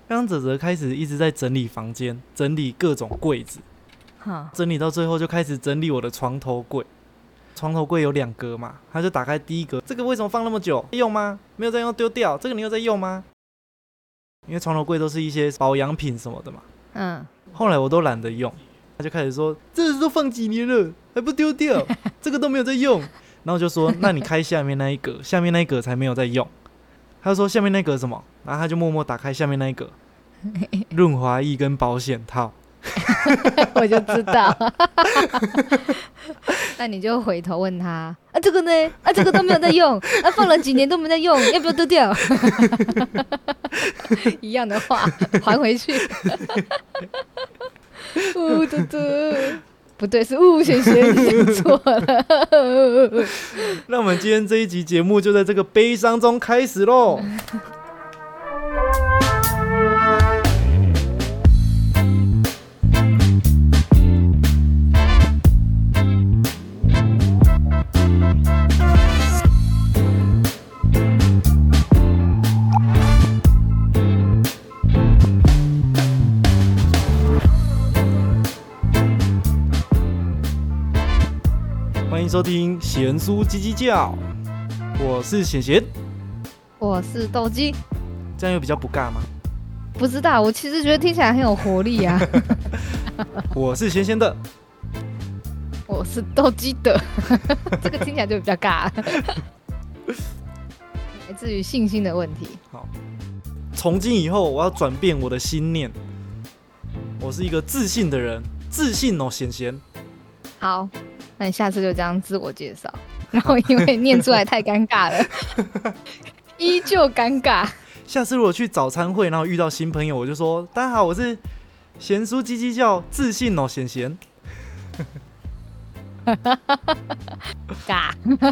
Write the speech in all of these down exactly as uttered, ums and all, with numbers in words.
刚刚泽泽开始一直在整理房间，整理各种柜子，整理到最后就开始整理我的床头柜。床头柜有两格嘛，他就打开第一格，这个为什么放那么久？用吗？没有在用，丢掉。这个你有在用吗？因为床头柜都是一些保养品什么的嘛。嗯。后来我都懒得用，他就开始说：“这都放几年了，还不丢掉？这个都没有在用。”然后我就说：“那你开下面那一格，下面那一格才没有在用。”他就说：“下面那一格是什么？”然后他就默默打开下面那一格，润滑液跟保险套。 我就知道。那你就回头问他啊，这个呢？啊，这个都没有在用，啊，放了几年都没在用，要不要丢掉？一样的话还回去。呜嘟嘟，不对，是呜贤贤，你讲错了。 那我们今天这一集节目就在这个悲伤中开始喽。欢迎收听贤叔叽叽叫，我是贤贤， 我是斗鸡， 这样又比较不尬吗？ 不知道，我其实觉得听起来很有活力啊。 我是贤贤的， 我是斗鸡的，这个听起来就比较尬。来自于信心的问题。 好，从今以后我要转变我的心念，我是一个自信的人，自信哦，贤贤。 好。那你下次就这样自我介绍，然后因为念出来太尴尬了，依旧尴尬。 下次如果去早餐会，然后遇到新朋友，我就说：“大家好，我是贤叔叽叽叫，自信哦，贤贤。” 尬，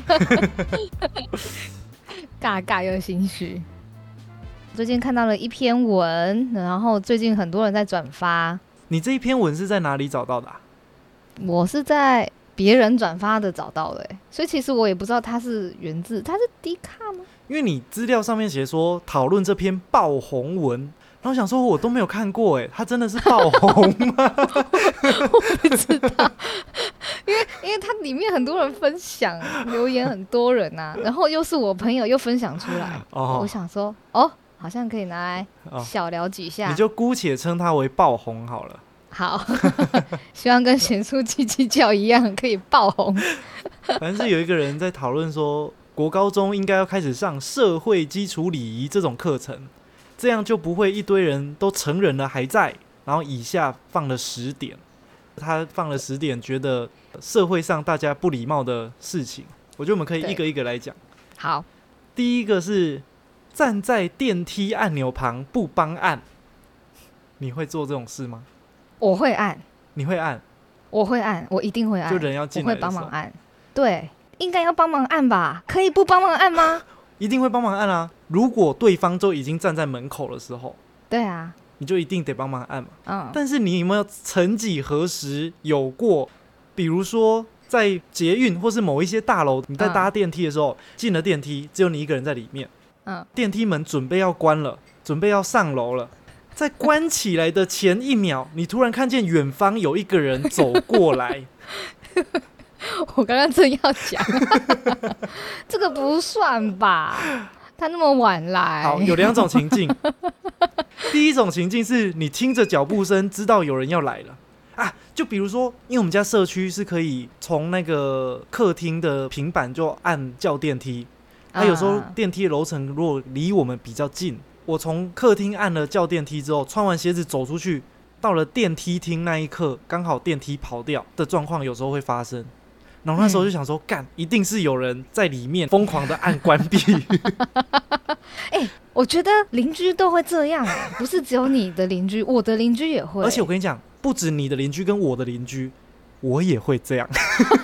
尬尬又心虚。最近看到了一篇文，然后最近很多人在转发。 你这一篇文是在哪里找到的啊？ 我是在别人转发的找到的、欸，所以其实我也不知道它是源自，它是迪卡吗？因为你资料上面写说讨论这篇爆红文，然后想说我都没有看过、欸，哎，它真的是爆红吗？ 我不知道，因为因为它里面很多人分享，留言很多人啊，然后又是我朋友又分享出来，哦、我想说哦，好像可以拿来小聊几下， 哦、你就姑且称它为爆红好了。 好，希望跟贤叔叽叽叫一样可以爆红。 反正是有一个人在讨论说，国高中应该要开始上社会基础礼仪这种课程，这样就不会一堆人都成人了还在，然后以下放了十点，他放了十点觉得社会上大家不礼貌的事情，我觉得我们可以一个一个来讲。 好， 第一个是站在电梯按钮旁不帮按，你会做这种事吗？ 我会按。 你会按？ 我会按，我一定会按。 就人要进来的时候， 我会帮忙按。对，应该要帮忙按吧？可以不帮忙按吗？ 一定会帮忙按啊！如果对方就已经站在门口的时候， 对啊， 你就一定得帮忙按嘛。 嗯。 但是你有没有曾几何时有过，比如说在捷运或是某一些大楼，你在搭电梯的时候，嗯、进了电梯，只有你一个人在里面，嗯，电梯门准备要关了，准备要上楼了。在关起来的前一秒，你突然看见远方有一个人走过来。 我刚刚正要讲，这个不算吧？他那么晚来。 好，有两种情境。第一种情境是你听着脚步声，知道有人要来了啊。就比如说，因为我们家社区是可以从那个客厅的平板就按叫电梯，啊，有时候电梯的楼层如果离我们比较近。我从客厅按了叫电梯之后，穿完鞋子走出去，到了电梯厅那一刻，刚好电梯跑掉的状况有时候会发生。然后那时候就想说，干、嗯，一定是有人在里面疯狂的按关闭。 哎、欸，我觉得邻居都会这样、欸，不是只有你的邻居，我的邻居也会。 而且我跟你讲，不止你的邻居跟我的邻居，我也会这样。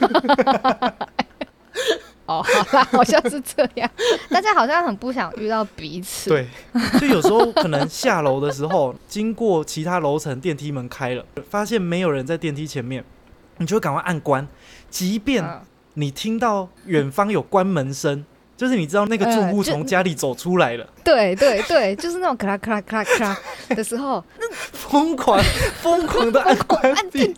哦，好啦，好像是这样。大家好像很不想遇到彼此。 对，就有时候可能下楼的时候，经过其他楼层，电梯门开了，发现没有人在电梯前面，你就会赶快按关。即便你听到远方有关门声， 就是你知道那个住户从家里走出来了， 呃、对对对，就是那种咔啦咔啦咔啦咔啦的时候， 疯狂疯狂的按关闭。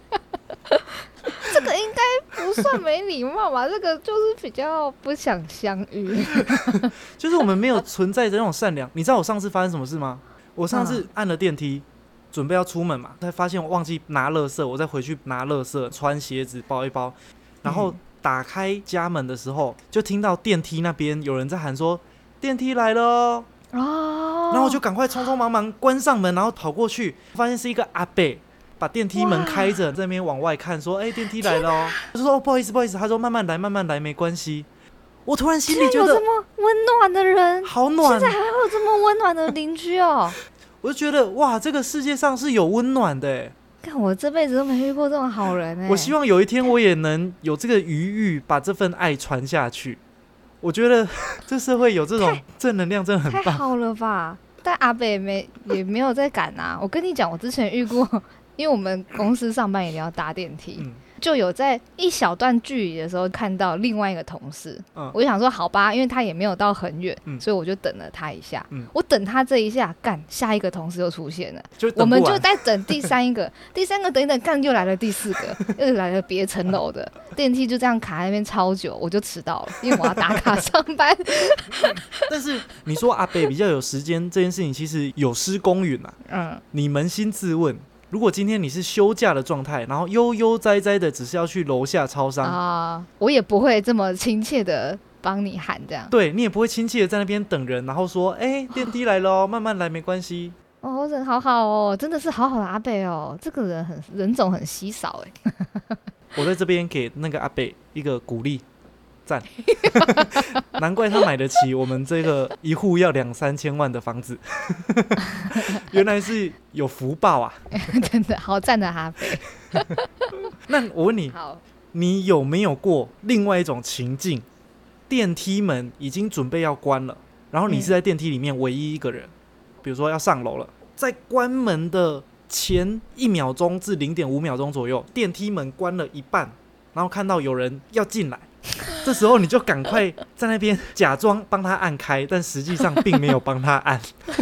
这个应该不算没礼貌吧？这个就是比较不想相遇。 就是我们没有存在着那种善良。你知道我上次发生什么事吗？我上次按了电梯，准备要出门嘛，才发现我忘记拿垃圾，我再回去拿垃圾，穿鞋子包一包，然后打开家门的时候，就听到电梯那边有人在喊说电梯来了哦，然后我就赶快匆匆忙忙关上门，然后跑过去，发现是一个阿伯。把电梯门开着，在那边往外看，说：“哎、欸，电梯来了哦。”他就说：“哦，不好意思，不好意思。”他说：“慢慢来，慢慢来，没关系。”我突然心里觉得， 有这么温暖的人， 好暖， 现在还会有这么温暖的邻居哦。 我就觉得哇，这个世界上是有温暖的哎。 看我这辈子都没遇过这种好人哎。 我希望有一天我也能有这个余裕，把这份爱传下去。我觉得这社会有这种正能量，真的很棒。 太好了吧？但阿北也没也没有在赶啊。我跟你讲，我之前遇过。因为我们公司上班一定要搭电梯、嗯、就有在一小段距离的时候看到另外一个同事、嗯、我就想说好吧，因为他也没有到很远、嗯、所以我就等了他一下、嗯、我等他这一下干，下一个同事又出现了，我们就在等第三一个第三个等一等干，又来了第四个又来了别层楼的电梯，就这样卡在那边超久，我就迟到了，因为我要打卡上班但是你说阿北比较有时间这件事情其实有失公允啊。嗯，你扪心自问，如果今天你是休假的状态，然后悠悠哉哉的只是要去楼下超商啊、呃，我也不会这么亲切的帮你喊这样。 对，你也不会亲切的在那边等人，然后说：“哎、欸，电梯来了、哦，慢慢来，没关系。” 哦，人好好哦，真的是好好的阿伯哦，这个人很人种很稀少哎。 我在这边给那个阿伯一个鼓励。赞，难怪他买得起我们这个一户要两三千万的房子，原来是有福报啊！ 真的好赞的阿伯。 那我问你，你有没有过另外一种情境？电梯门已经准备要关了，然后你是在电梯里面唯一一个人，嗯、比如说要上楼了，在关门的前一秒钟至零点五秒钟左右，电梯门关了一半，然后看到有人要进来。这时候你就赶快在那边假装帮他按开，但实际上并没有帮他按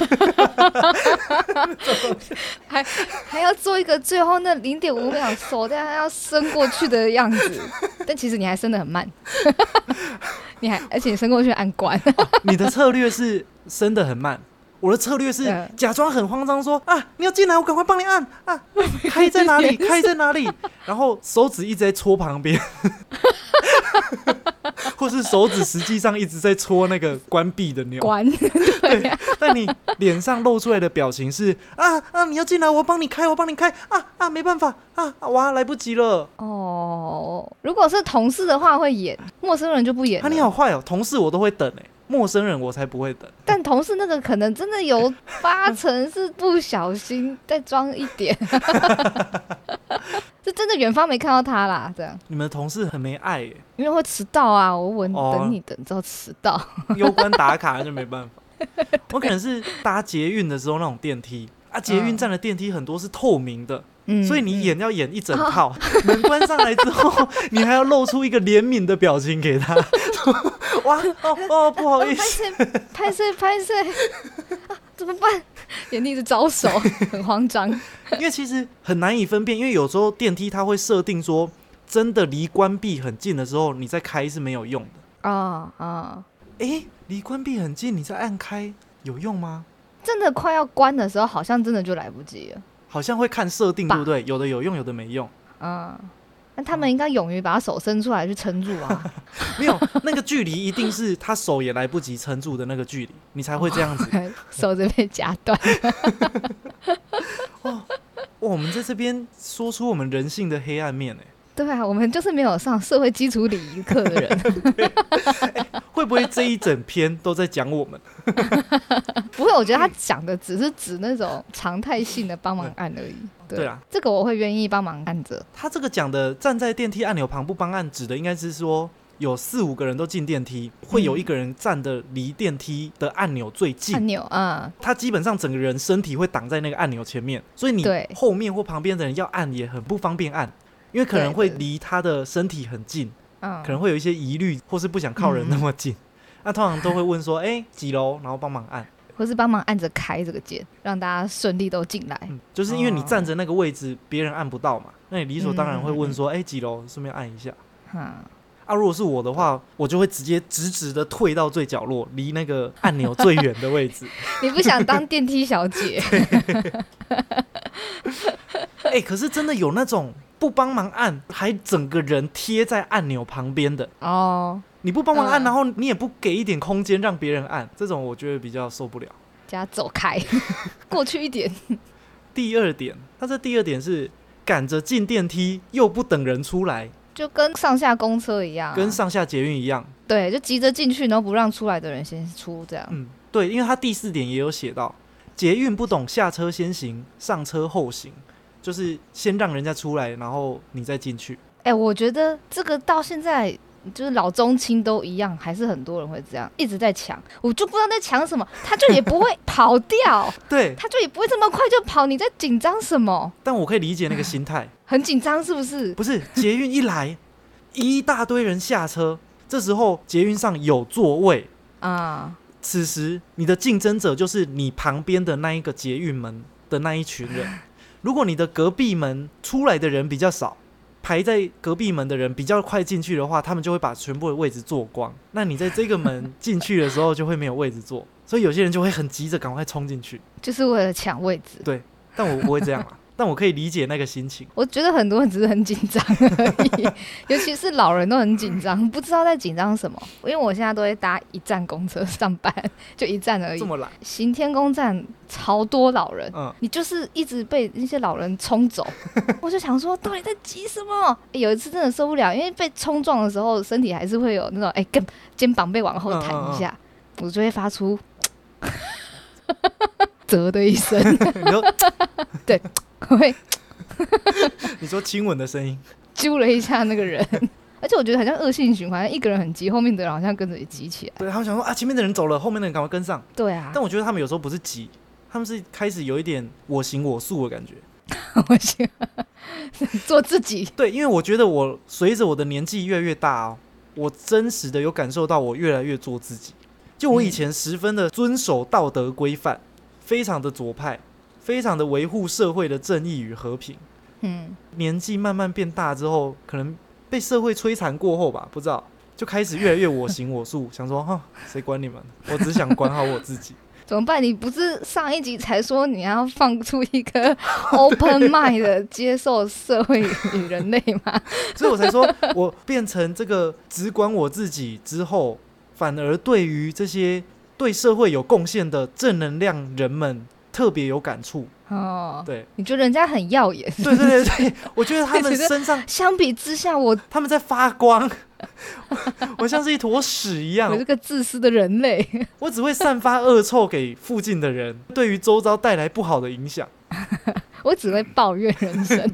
还还要做一个最后那零点五秒手这样要伸过去的样子，但其实你还伸得很慢你还而且你伸过去按关、 哦、你的策略是伸得很慢，我的策略是假装很慌张说啊，你要进来我赶快帮你按啊，开在哪里开在哪里，然后手指一直在戳旁边或是手指实际上一直在戳那个关闭的钮关对，但你脸上露出来的表情是啊啊，你要进来我帮你开我帮你开啊啊，没办法啊，哇来不及了。 哦，如果是同事的话会演，陌生人就不演了。 啊，你好坏哦，同事我都会等哎、欸，陌生人我才不会等。 但同事那个可能真的有八成是不小心再装一点是真的远方没看到他啦，这样。 你们的同事很没爱耶、欸， 因为会迟到啊，我稳、哦、等你等到迟到攸关打卡就没办法我可能是搭捷运的时候那种电梯啊，捷运站的电梯很多是透明的、嗯、所以你演要演一整套、嗯、门关上来之后你还要露出一个怜悯的表情给他哇哦哦不好意思拍摄拍摄啊怎么办，眼睛一直招手很慌张因为其实很难以分辨，因为有时候电梯它会设定说真的离关闭很近的时候你再开是没有用的啊啊，哎，离关闭很近你再按开有用吗？ 真的快要关的时候好像真的就来不及了， 好像会看设定对不对，有的有用有的没用。嗯， 那他们应该勇于把手伸出来去撑住啊没有，那个距离一定是他手也来不及撑住的那个距离你才会这样子、哦、 手就被夹断哦，我们在这边说出我们人性的黑暗面耶。 对啊，我们就是没有上社会基础礼仪课的人欸、会不会这一整篇都在讲我们不会，我觉得他讲的只是指那种常态性的帮忙按而已。 对, 对啊，这个我会愿意帮忙按着。 他这个讲的站在电梯按钮旁不帮按指的应该是说有四五个人都进电梯，会有一个人站的离电梯的按钮最近按钮啊， 他基本上整个人身体会挡在那个按钮前面，所以你后面或旁边的人要按也很不方便按，因为可能会离他的身体很近，可能会有一些疑虑或是不想靠人那么近、嗯、 那通常都会问说，哎、欸，几楼，然后帮忙按， 或是帮忙按着开这个键，让大家顺利都进来、嗯。 就是因为你站着那个位置，别、哦、人按不到嘛，那你理所当然会问说，哎、嗯嗯欸，几楼，顺便按一下。嗯。啊，如果是我的话，我就会直接直直的退到最角落，离那个按钮最远的位置。 你不想当电梯小姐？ 哎、欸，可是真的有那种不帮忙按，还整个人贴在按钮旁边的哦。你不帮忙按、嗯，然后你也不给一点空间让别人按，这种我觉得比较受不了。 叫他走开，过去一点。 第二点，他这第二点是赶着进电梯又不等人出来。 就跟上下公车一样、啊， 跟上下捷运一样， 对，就急着进去，然后不让出来的人先出，这样。 嗯，对，因为他第四点也有写到，捷运不懂下车先行，上车后行，就是先让人家出来，然后你再进去。 哎、欸，我觉得这个到现在就是老中青都一样，还是很多人会这样，一直在抢，我就不知道在抢什么，他就也不会跑掉， 对， 他就也不会这么快就跑，你在紧张什么？ 但我可以理解那个心态。 很紧张是不是？ 不是，捷运一来，一大堆人下车，这时候捷运上有座位啊。此时你的竞争者就是你旁边的那一个捷运门的那一群人。如果你的隔壁门出来的人比较少，排在隔壁门的人比较快进去的话，他们就会把全部的位置坐光。那你在这个门进去的时候就会没有位置坐，所以有些人就会很急着赶快冲进去， 就是为了抢位置。 对，但我不会这样啦。但我可以理解那个心情。 我觉得很多人只是很紧张而已，尤其是老人都很紧张，不知道在紧张什么。因为我现在都会搭一站公车上班，就一站而已。 这么懒？ 行天宫站超多老人，嗯，你就是一直被那些老人冲走。我就想说，到底在急什么？欸、有一次真的受不了，因为被冲撞的时候，身体还是会有那种哎、欸，肩膀被往后弹一下，嗯嗯嗯，我就会发出啧的一声。对。会你说亲吻的声音， 揪了一下那个人，而且我觉得好像恶性循环，一个人很急，后面的人好像跟着也急起来。 对，他们想说啊，前面的人走了，后面的人赶快跟上。 对啊， 但我觉得他们有时候不是急，他们是开始有一点我行我素的感觉。 我行，做自己。 对，因为我觉得我随着我的年纪越来越大哦，我真实的有感受到我越来越做自己。就我以前十分的遵守道德规范，非常的左派。非常的维护社会的正义与和平。嗯，年纪慢慢变大之后，可能被社会摧残过后吧，不知道，就开始越来越我行我素，想说哈，谁管你们？我只想管好我自己。 怎么办？你不是上一集才说你要放出一个 open mind 的接受社会与人类吗？ 所以我才说，我变成这个只管我自己之后，反而对于这些对社会有贡献的正能量人们。特别有感触哦，对， 你觉得人家很耀眼？ 对对对对，我觉得他们身上相比之下，我他们在发光，我, 我像是一坨屎一样。 我是个自私的人类， 我只会散发恶臭给附近的人，对于周遭带来不好的影响。 我只会抱怨人生，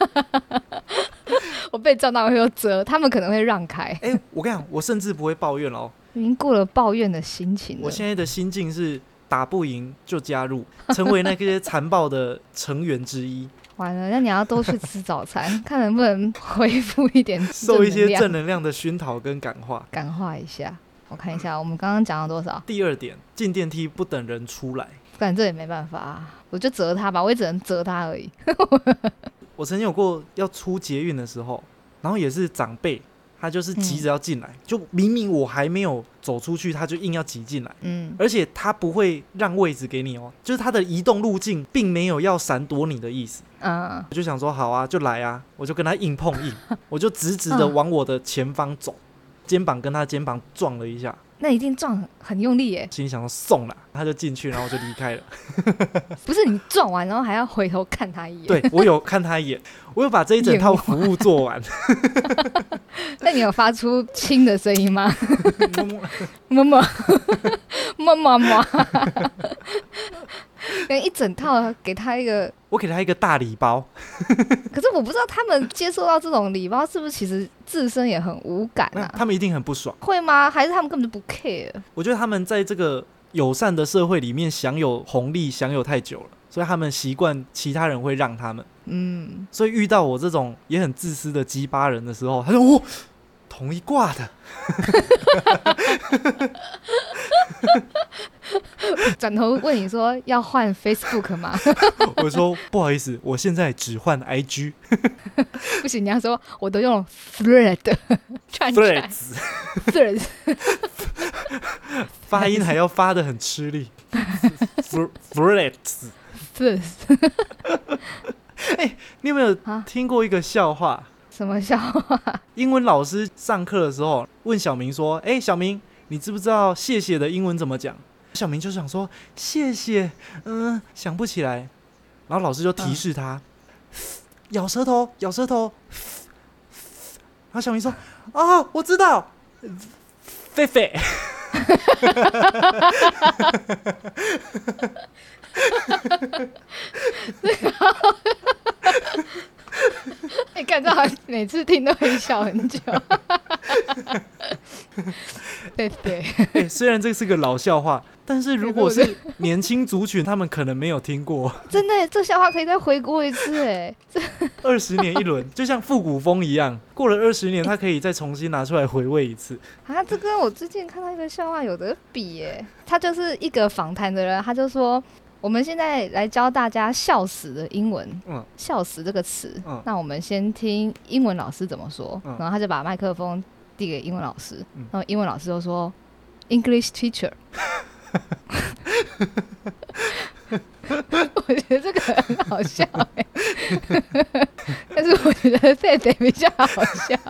我被撞到会有责，他们可能会让开。 哎、欸，我跟你讲，我甚至不会抱怨哦， 已经过了抱怨的心情了。 我现在的心境是。打不赢就加入，成为那些残暴的成员之一。 完了，那你要多去吃早餐，看能不能恢复一点， 受一些正能量的熏陶跟感化， 感化一下。我看一下，我们刚刚讲了多少？ 第二点，进电梯不等人出来。 但这也没办法、啊，我就责他吧，我也只能责他而已。 我曾经有过要出捷运的时候，然后也是长辈。他就是急着要进来、嗯，就明明我还没有走出去，他就硬要挤进来，嗯，而且他不会让位置给你哦，就是他的移动路径并没有要闪躲你的意思，嗯，我就想说好啊，就来啊，我就跟他硬碰硬，我就直直的往我的前方走，肩膀跟他肩膀撞了一下。 那一定撞很用力耶， 心里想说送了，他就进去，然后我就离开了。 不是你撞完然后还要回头看他一眼？ 对，我有看他一眼，我有把这一整套服务做完。 那你有发出亲的声音吗？么么么么么，一整套给他一个， 我给他一个大礼包。 可是我不知道他们接受到这种礼包是不是其实自身也很无感啊？ 他们一定很不爽， 会吗？还是他们根本就不 care？ 我觉得他们在这个友善的社会里面享有红利，享有太久了，所以他们习惯其他人会让他们。嗯，所以遇到我这种也很自私的鸡巴人的时候，他就哦， 同一挂的。 转头问你说要换 Facebook 吗？ 我说不好意思，我现在只换 I G。 不行，你要说我都用 Thread 串起来 Threads 发音还要发得很吃力。Threads Threads 哎，你有没有听过一个笑话？ 什么笑话？ 英文老师上课的时候问小明说：哎，小明，你知不知道谢谢的英文怎么讲？小明就想说谢谢，嗯，想不起来。然后老师就提示他，嗯、咬舌头，咬舌头。然后小明说：啊，我知道，狒狒。 哎，感觉好像每次听都会笑很久。对对、 欸，虽然这是个老笑话，但是如果是年轻族群，他们可能没有听过。 真的，这笑话可以再回顾一次哎。 二十年一轮，就像复古风一样，过了二十年，他可以再重新拿出来回味一次。 啊，这跟我最近看到一个笑话有得比耶。他就是一个访谈的人，他就说，我们现在来教大家笑死的英文。嗯，笑死这个词、嗯，那我们先听英文老师怎么说。嗯、然后他就把麦克风递给英文老师，嗯、然后英文老师就说 English teacher。我觉得这个很好笑哎，但是我觉得狒狒比较好笑。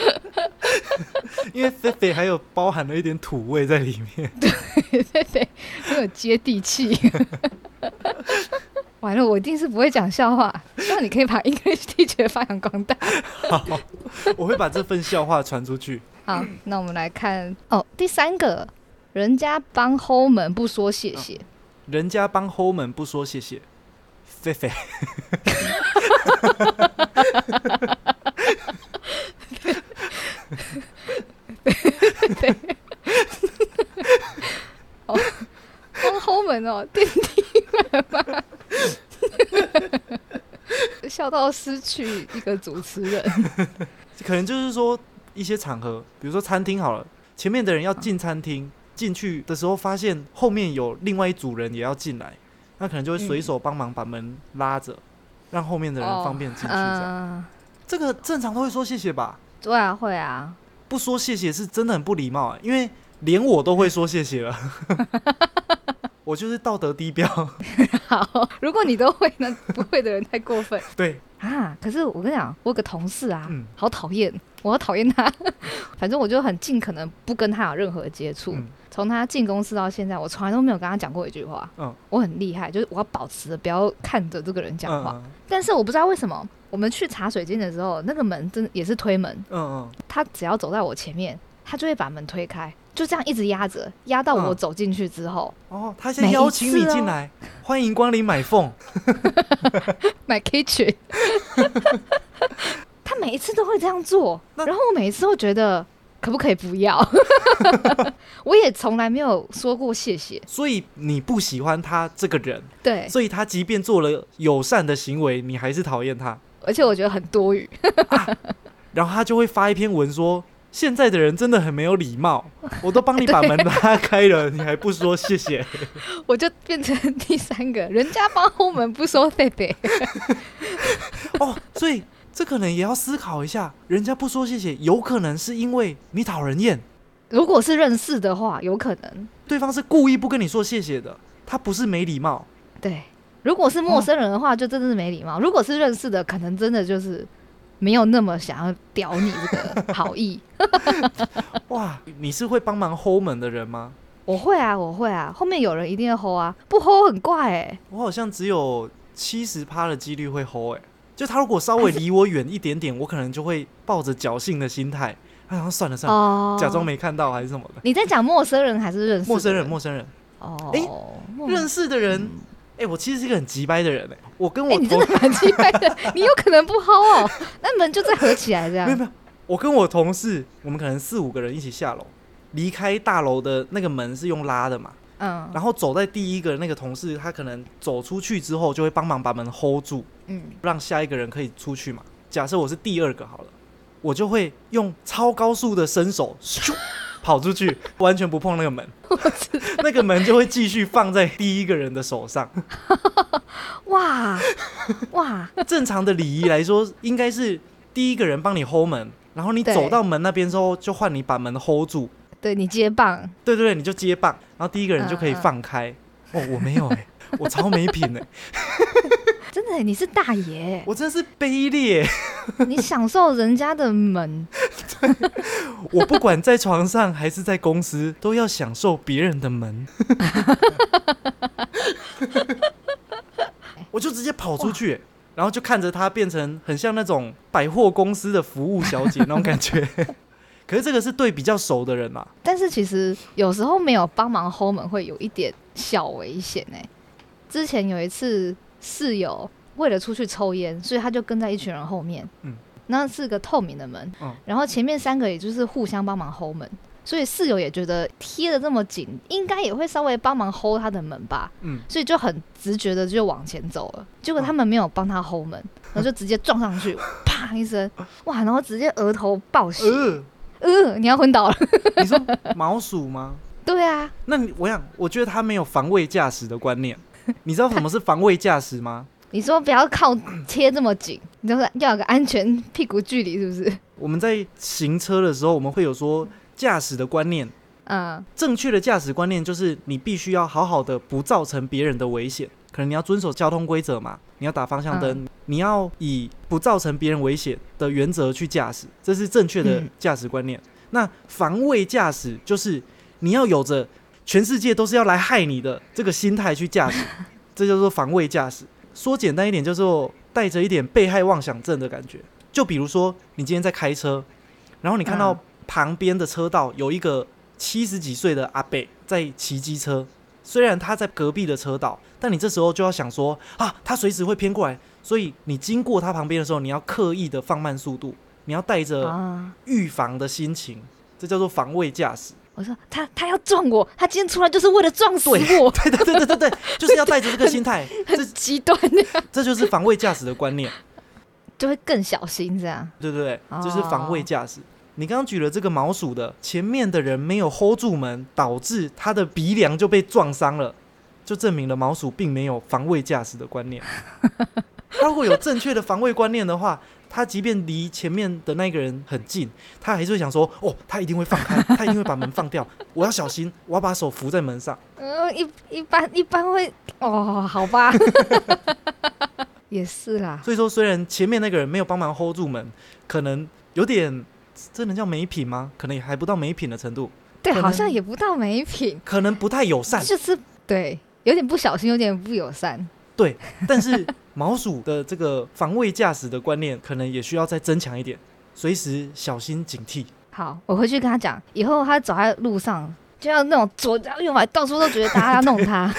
因为狒狒还有包含了一点土味在里面。 对，狒狒很有接地气。完了，我一定是不会讲笑话，希望你可以把 English teacher 发扬光大。 好，我会把这份笑话传出去。 好，那我们来看哦，第三个，人家帮后门不说谢谢。哦， 人家帮后门不说谢谢，狒狒。 哦，帮后门哦，电梯门吗？笑到失去一个主持人。 可能就是说一些场合，比如说餐厅好了，前面的人要进餐厅。进去的时候发现后面有另外一组人也要进来，那可能就会随手帮忙把门拉着、嗯、让后面的人方便进去这样、哦呃、这个正常都会说谢谢吧？ 对啊，会啊。 不说谢谢是真的很不礼貌、欸、因为连我都会说谢谢了。我就是道德低标。 好，如果你都会，那不会的人太过分。 对啊，可是我跟你讲，我有个同事啊、嗯、好讨厌，我好讨厌他。反正我就很尽可能不跟他有任何接触、嗯，从他进公司到现在，我从来都没有跟他讲过一句话。嗯，我很厉害，就是我要保持不要看着这个人讲话、嗯。但是我不知道为什么，我们去茶水间的时候，那个门真的也是推门。嗯嗯，他只要走在我前面，他就会把门推开，就这样一直压着，压到我走进去之后。嗯、哦， 他先邀请你进来，欢迎光临买凤， 买 kitchen。他每一次都会这样做，然后我每一次都觉得。可不可以不要？我也从来没有说过谢谢。 所以你不喜欢他这个人， 对， 所以他即便做了友善的行为，你还是讨厌他， 而且我觉得很多余、 啊。然后他就会发一篇文说，现在的人真的很没有礼貌，我都帮你把门拉开了，你还不说谢谢。 我就变成第三个，人家帮后门不说谢谢。 哦，所以这可能也要思考一下，人家不说谢谢，有可能是因为你讨人厌。 如果是认识的话，有可能对方是故意不跟你说谢谢的，他不是没礼貌。 对，如果是陌生人的话，就真的是没礼貌、哦。如果是认识的，可能真的就是没有那么想要屌你这个好意。 哇，你是会帮忙 hold 门的人吗？ 我会啊，我会啊，后面有人一定要 hold 啊，不 hold 很怪哎、欸。 我好像只有 百分之七十 的几率会 hold 哎、欸。就他如果稍微离我远一点点，我可能就会抱着侥幸的心态，哎呀算了算了、哦，假装没看到还是什么的。 你在讲陌生人还是认识的人？ 陌生人，陌生人。哦，哎、欸，认识的人，哎、嗯欸，我其实是一个很急掰的人哎、欸，我跟我、欸、 你真的很急掰的，你有可能不薅哦，那门就再合起来这样。 没有没有，我跟我同事，我们可能四五个人一起下楼，离开大楼的那个门是用拉的嘛。嗯，然后走在第一个那个同事，他可能走出去之后就会帮忙把门 hold 住，嗯，让下一个人可以出去嘛。假设我是第二个好了， 我就会用超高速的伸手咻跑出去，完全不碰那个门，那个门就会继续放在第一个人的手上。 哇哇！ 正常的礼仪来说，应该是第一个人帮你 hold 门，然后你走到门那边之后，就换你把门 hold 住。 对，你接棒。对对对，你就接棒，然后第一个人就可以放开。嗯、哦，我没有哎、欸，我超没品哎、欸。 真的、欸，你是大爷、欸， 我真的是卑劣。 你享受人家的门。 对，我不管在床上还是在公司，都要享受别人的门。我就直接跑出去、欸，然后就看着他变成很像那种百货公司的服务小姐那种感觉。可是这个是对比较熟的人啦。 但是其实有时候没有帮忙 hold 门会有一点小危险哎、欸。之前有一次室友为了出去抽烟，所以他就跟在一群人后面。嗯，那是个透明的门、嗯，然后前面三个也就是互相帮忙 hold 门，所以室友也觉得贴得这么紧，应该也会稍微帮忙 hold 他的门吧。嗯，所以就很直觉的就往前走了。结果他们没有帮他 hold 门，然后就直接撞上去，啪一声，哇，然后直接额头爆血。呃呃，你要昏倒了。 你说毛鼠吗？ 对啊。 那你我想，我觉得他没有防卫驾驶的观念。你知道什么是防卫驾驶吗？ 你说不要靠贴这么紧，你知道要有个安全屁股距离，是不是？ 我们在行车的时候，我们会有说驾驶的观念。嗯，正确的驾驶观念就是你必须要好好的不造成别人的危险。可能你要遵守交通规则嘛，你要打方向灯、嗯，你要以不造成别人危险的原则去驾驶，这是正确的驾驶观念、嗯。那防卫驾驶就是你要有着全世界都是要来害你的这个心态去驾驶，这叫做防卫驾驶。说简单一点，就是带着一点被害妄想症的感觉。就比如说，你今天在开车，然后你看到旁边的车道有一个七十几岁的阿伯在骑机车。虽然他在隔壁的车道，但你这时候就要想说啊，他随时会偏过来，所以你经过他旁边的时候，你要刻意的放慢速度，你要带着预防的心情，这叫做防卫驾驶。 我说他他要撞我，他今天出来就是为了撞死我。 对对对对对对，就是要带着这个心态， 很极端的。 这就是防卫驾驶的观念， 就会更小心这样。 对对对，这、就是防卫驾驶。你刚刚举了这个毛鼠的，前面的人没有 hold 住门，导致他的鼻梁就被撞伤了，就证明了毛鼠并没有防卫驾驶的观念。他如果有正确的防卫观念的话，他即便离前面的那个人很近，他还是会想说：哦，他一定会放开，他一定会把门放掉，我要小心，我要把手扶在门上。 呃，一一般一般会哦，好吧，也是啦。 所以说，虽然前面那个人没有帮忙 hold 住门，可能有点。这能叫没品吗？可能也还不到没品的程度。 对，好像也不到没品， 可能不太友善， 就是对，有点不小心，有点不友善。 对，但是毛鼠的这个防卫驾驶的观念，可能也需要再增强一点，随时小心警惕。 好，我回去跟他讲，以后他走在路上就要那种左右右摆，到处都觉得大家要弄他，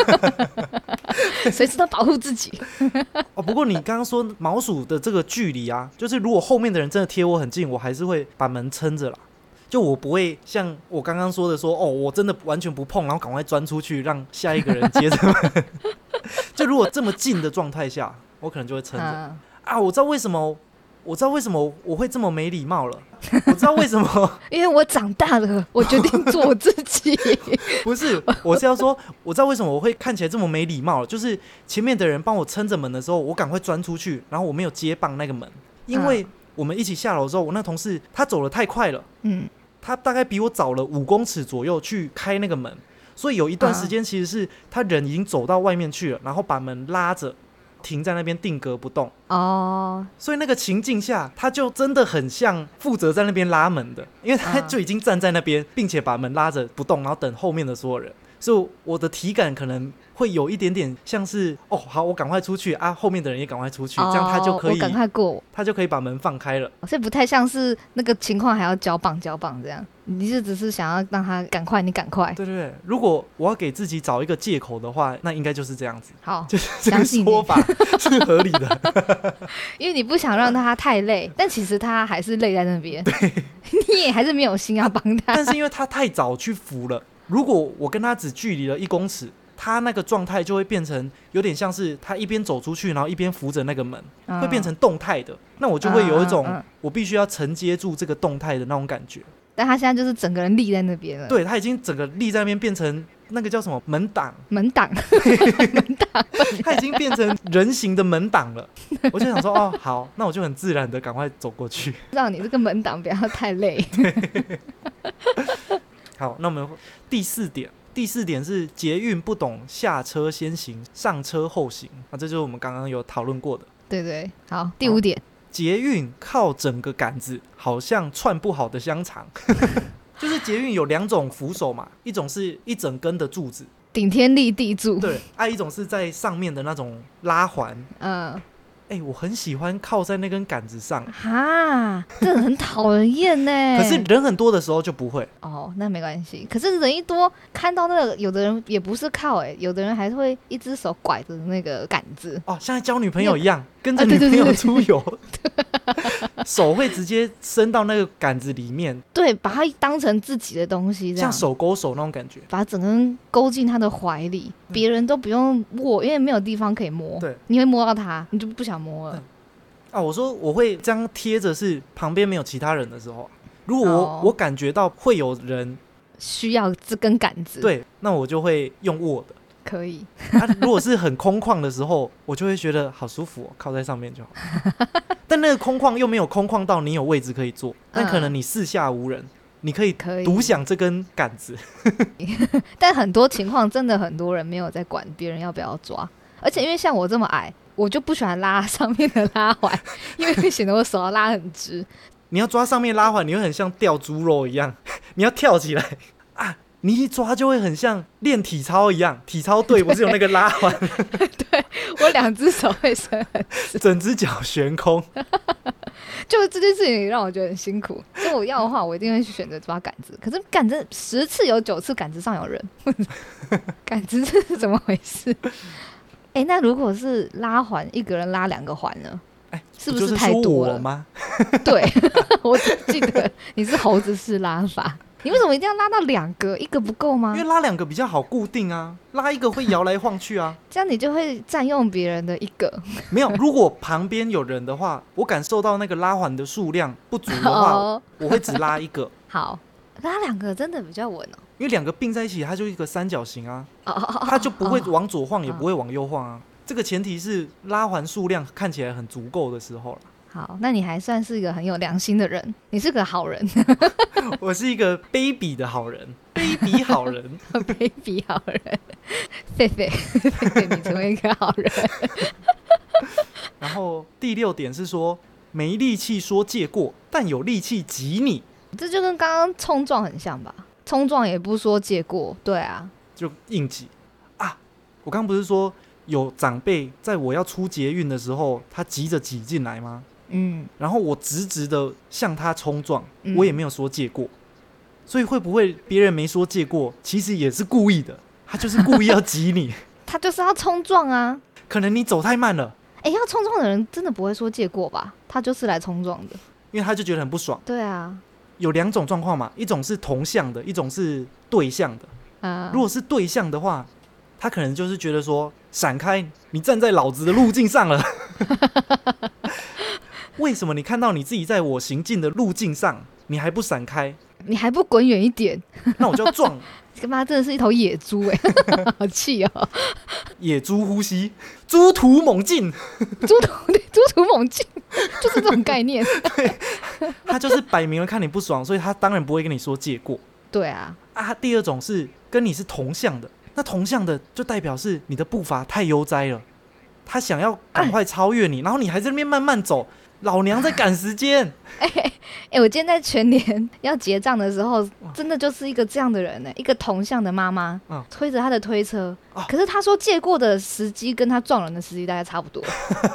随时都保护自己。 哦，不过你刚刚说毛鼠的这个距离啊，就是如果后面的人真的贴我很近，我还是会把门撑着啦。就我不会像我刚刚说的说，哦，我真的完全不碰，然后赶快钻出去，让下一个人接着门。就如果这么近的状态下，我可能就会撑着、嗯、啊。我知道为什么。我知道为什么我会这么没礼貌了。我知道为什么， 因为我长大了，我决定做我自己。 不是，我是要说，我知道为什么我会看起来这么没礼貌了，就是前面的人帮我撑着门的时候，我赶快钻出去，然后我没有接棒那个门，因为我们一起下楼之后，我那同事他走得太快了，嗯，他大概比我早了五公尺左右去开那个门，所以有一段时间其实是他人已经走到外面去了，然后把门拉着。停在那边定格不动哦， oh. 所以那个情境下，他就真的很像负责在那边拉门的，因为他就已经站在那边，并且把门拉着不动，然后等后面的所有人。所以我的体感可能会有一点点像是哦，好，我赶快出去啊，后面的人也赶快出去， oh, 这样他就可以， 我赶快过， 他就可以把门放开了。 所以不太像是那个情况还要交棒交棒这样，你是只是想要让他赶快，你赶快。 对对对，如果我要给自己找一个借口的话，那应该就是这样子。 好， 就是这个说法是合理的。 因为你不想让他太累，但其实他还是累在那边， 对， 你也还是没有心要帮他。 但是因为他太早去扶了。如果我跟他只距离了一公尺， 他那个状态就会变成有点像是他一边走出去，然后一边扶着那个门，嗯、会变成动态的。那我就会有一种、嗯嗯、我必须要承接住这个动态的那种感觉。 但他现在就是整个人立在那边了。 对，他已经整个立在那边，变成那个叫什么门挡？ 门挡，门挡， 他已经变成人形的门挡了。我就想说，哦，好，那我就很自然的赶快走过去， 让你这个门挡不要太累。 好，那我们第四点。第四点是捷运不懂下车先行，上车后行啊，这就是我们刚刚有讨论过的。 对对，好，第五点， 捷运靠整个杆子，好像串不好的香肠。就是捷运有两种扶手嘛，一种是一整根的柱子， 顶天立地柱， 对，啊，一种是在上面的那种拉环，嗯。哎、欸，我很喜欢靠在那根杆子上， 哈，这很讨人厌呢。 可是人很多的时候就不会。 哦，那没关系。可是人一多，看到那个有的人也不是靠、欸，哎，有的人还是会一只手拐着那个杆子。 哦，像交女朋友一样，跟着女朋友出游，啊、手会直接伸到那个杆子里面， 对，把它当成自己的东西，这样像手勾手那种感觉， 把它整个人勾进他的怀里，别人都不用握，因为没有地方可以摸。对，你会摸到他，你就不想摸了。 啊，我说我会这样贴着，是旁边没有其他人的时候，如果我、哦、我感觉到会有人需要这根杆子， 对，那我就会用握的。 可以、 啊、如果是很空旷的时候，我就会觉得好舒服哦，靠在上面就好。但那个空旷又没有空旷到你有位置可以坐，但可能你四下无人，嗯、你可以独享这根杆子。 但很多情况真的很多人没有在管别人要不要抓，而且因为像我这么矮，我就不喜欢拉上面的拉环，因为会显得我手要拉很直。 你要抓上面拉环，你会很像吊猪肉一样，你要跳起来啊！你一抓就会很像练体操一样，体操队不是有那个拉环？ 对，我两只手会伸很直， 整只脚悬空。 就这件事情让我觉得很辛苦。如果我要的话，我一定会去选择抓杆子。可是杆子十次有九次杆子上有人，杆子这是怎么回事？哎、欸，那如果是拉环，一个人拉两个环呢？哎、欸，是不是太多了？ 我吗？ 对，我只记得你是猴子式拉法。你为什么一定要拉到两个？一个不够吗？ 因为拉两个比较好固定啊，拉一个会摇来晃去啊。 这样你就会占用别人的一个。没有，如果旁边有人的话，我感受到那个拉环的数量不足的话，哦、我会只拉一个。 好，拉两个真的比较稳哦。 因为两个并在一起，它就一个三角形啊，哦、它就不会往左晃，哦、也不会往右晃啊。这个前提是拉环数量看起来很足够的时候了。 好，那你还算是一个很有良心的人，你是个好人。 我是一个卑鄙的好人，卑鄙好人， 卑鄙好人，狒狒，狒狒，你成为一个好人。 然后第六点是说，没力气说借过，但有力气挤你， 这就跟刚刚冲撞很像吧？冲撞也不说借过，对啊， 就硬挤啊！我刚刚不是说有长辈在我要出捷运的时候，他急着挤进来吗？嗯，然后我直直的向他冲撞，嗯、我也没有说借过，所以会不会别人没说借过，其实也是故意的，他就是故意要挤你， 他就是要冲撞啊。 可能你走太慢了， 哎、欸，要冲撞的人真的不会说借过吧？他就是来冲撞的， 因为他就觉得很不爽。 对啊， 有两种状况嘛，一种是同向的，一种是对向的。啊，如果是对向的话，他可能就是觉得说闪开，你站在老子的路径上了。为什么你看到你自己在我行进的路径上，你还不闪开？ 你还不滚远一点？ 那我就要撞。 他妈真的是一头野猪哎、欸，好气哦！ 野猪呼吸，猪突猛进， 猪突猪突猛进，就是这种概念。 对，他就是摆明了看你不爽，所以他当然不会跟你说借过。 对啊， 啊，第二种是跟你是同向的，那同向的就代表是你的步伐太悠哉了，他想要赶快超越你，然后你还在那边慢慢走。老娘在赶时间。 哎哎、欸欸，我今天在全联要结账的时候，真的就是一个这样的人呢、欸，一个同向的妈妈，嗯、推着她的推车、哦，可是她说借过的时机跟她撞人的时机大概差不多。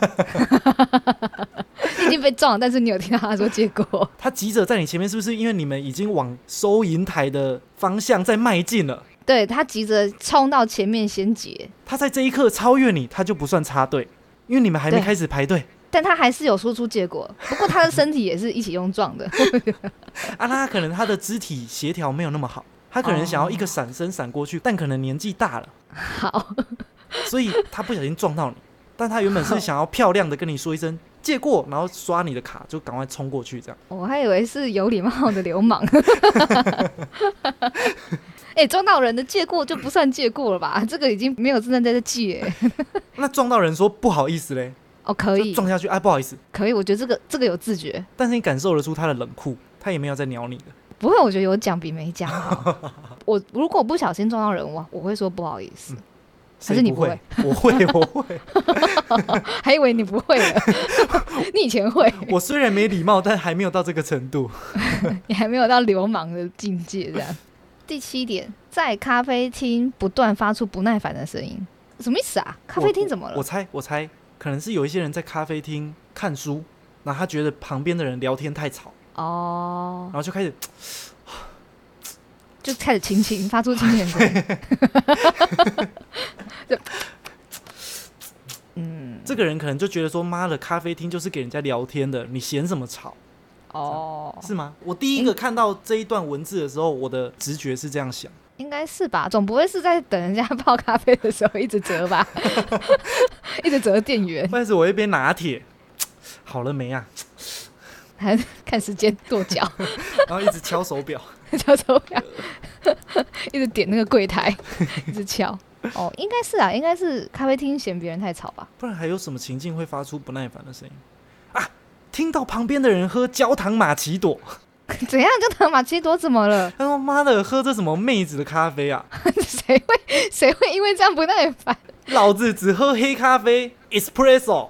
你已经被撞了，但是你有听到她说借过。 她急着在你前面，是不是因为你们已经往收银台的方向在迈进了？ 对，她急着冲到前面先结。 她在这一刻超越你，她就不算插队，因为你们还没开始排队。 但他还是有说出结果，不过他的身体也是一起用撞的。 啊，那可能他的肢体协调没有那么好， 他可能想要一个闪身闪过去，但可能年纪大了， 好， 所以他不小心撞到你，但他原本是想要漂亮的跟你说一声借过，然后刷你的卡，就赶快冲过去这样。 我还以为是有礼貌的流氓。哎、欸，撞到人的借过就不算借过了吧？这个已经没有真正在借。 那撞到人说不好意思嘞？ 哦，可以撞下去，哎，不好意思， 可以。我觉得这个这个有自觉，但是你感受得出他的冷酷，他也没有在鸟你的。 不会，我觉得有讲比没讲好。我如果不小心撞到人，我我会说不好意思。嗯，还是你不会？ 我会，我会。 还以为你不会了。你以前会。 我虽然没礼貌，但还没有到这个程度。 你还没有到流氓的境界这样。第七点，在咖啡厅不断发出不耐烦的声音，什么意思啊？咖啡厅怎么了？ 我, 我猜，我猜，可能是有一些人在咖啡厅看书，然后他觉得旁边的人聊天太吵，哦，然后就开始。 就开始轻轻发出轻轻的声音。 嗯，这个人可能就觉得说，妈的，咖啡厅就是给人家聊天的，你嫌什么吵？哦，是吗？我第一个看到这一段文字的时候，我的直觉是这样想， 应该是吧？总不会是在等人家泡咖啡的时候一直折吧？一直折店员。 但是我一边拿铁，好了没啊？ 还看时间跺脚， 然后一直敲手表， 敲手表，一直点那个柜台，一直敲。哦，应该是啊，应该是咖啡厅嫌别人太吵吧？ 不然还有什么情境会发出不耐烦的声音啊？听到旁边的人喝焦糖玛奇朵， 怎样？焦糖玛奇朵怎么了？ 他说：“妈的，喝这什么妹子的咖啡啊？ 谁会谁会因为这样不耐烦？ 老子只喝黑咖啡 espresso，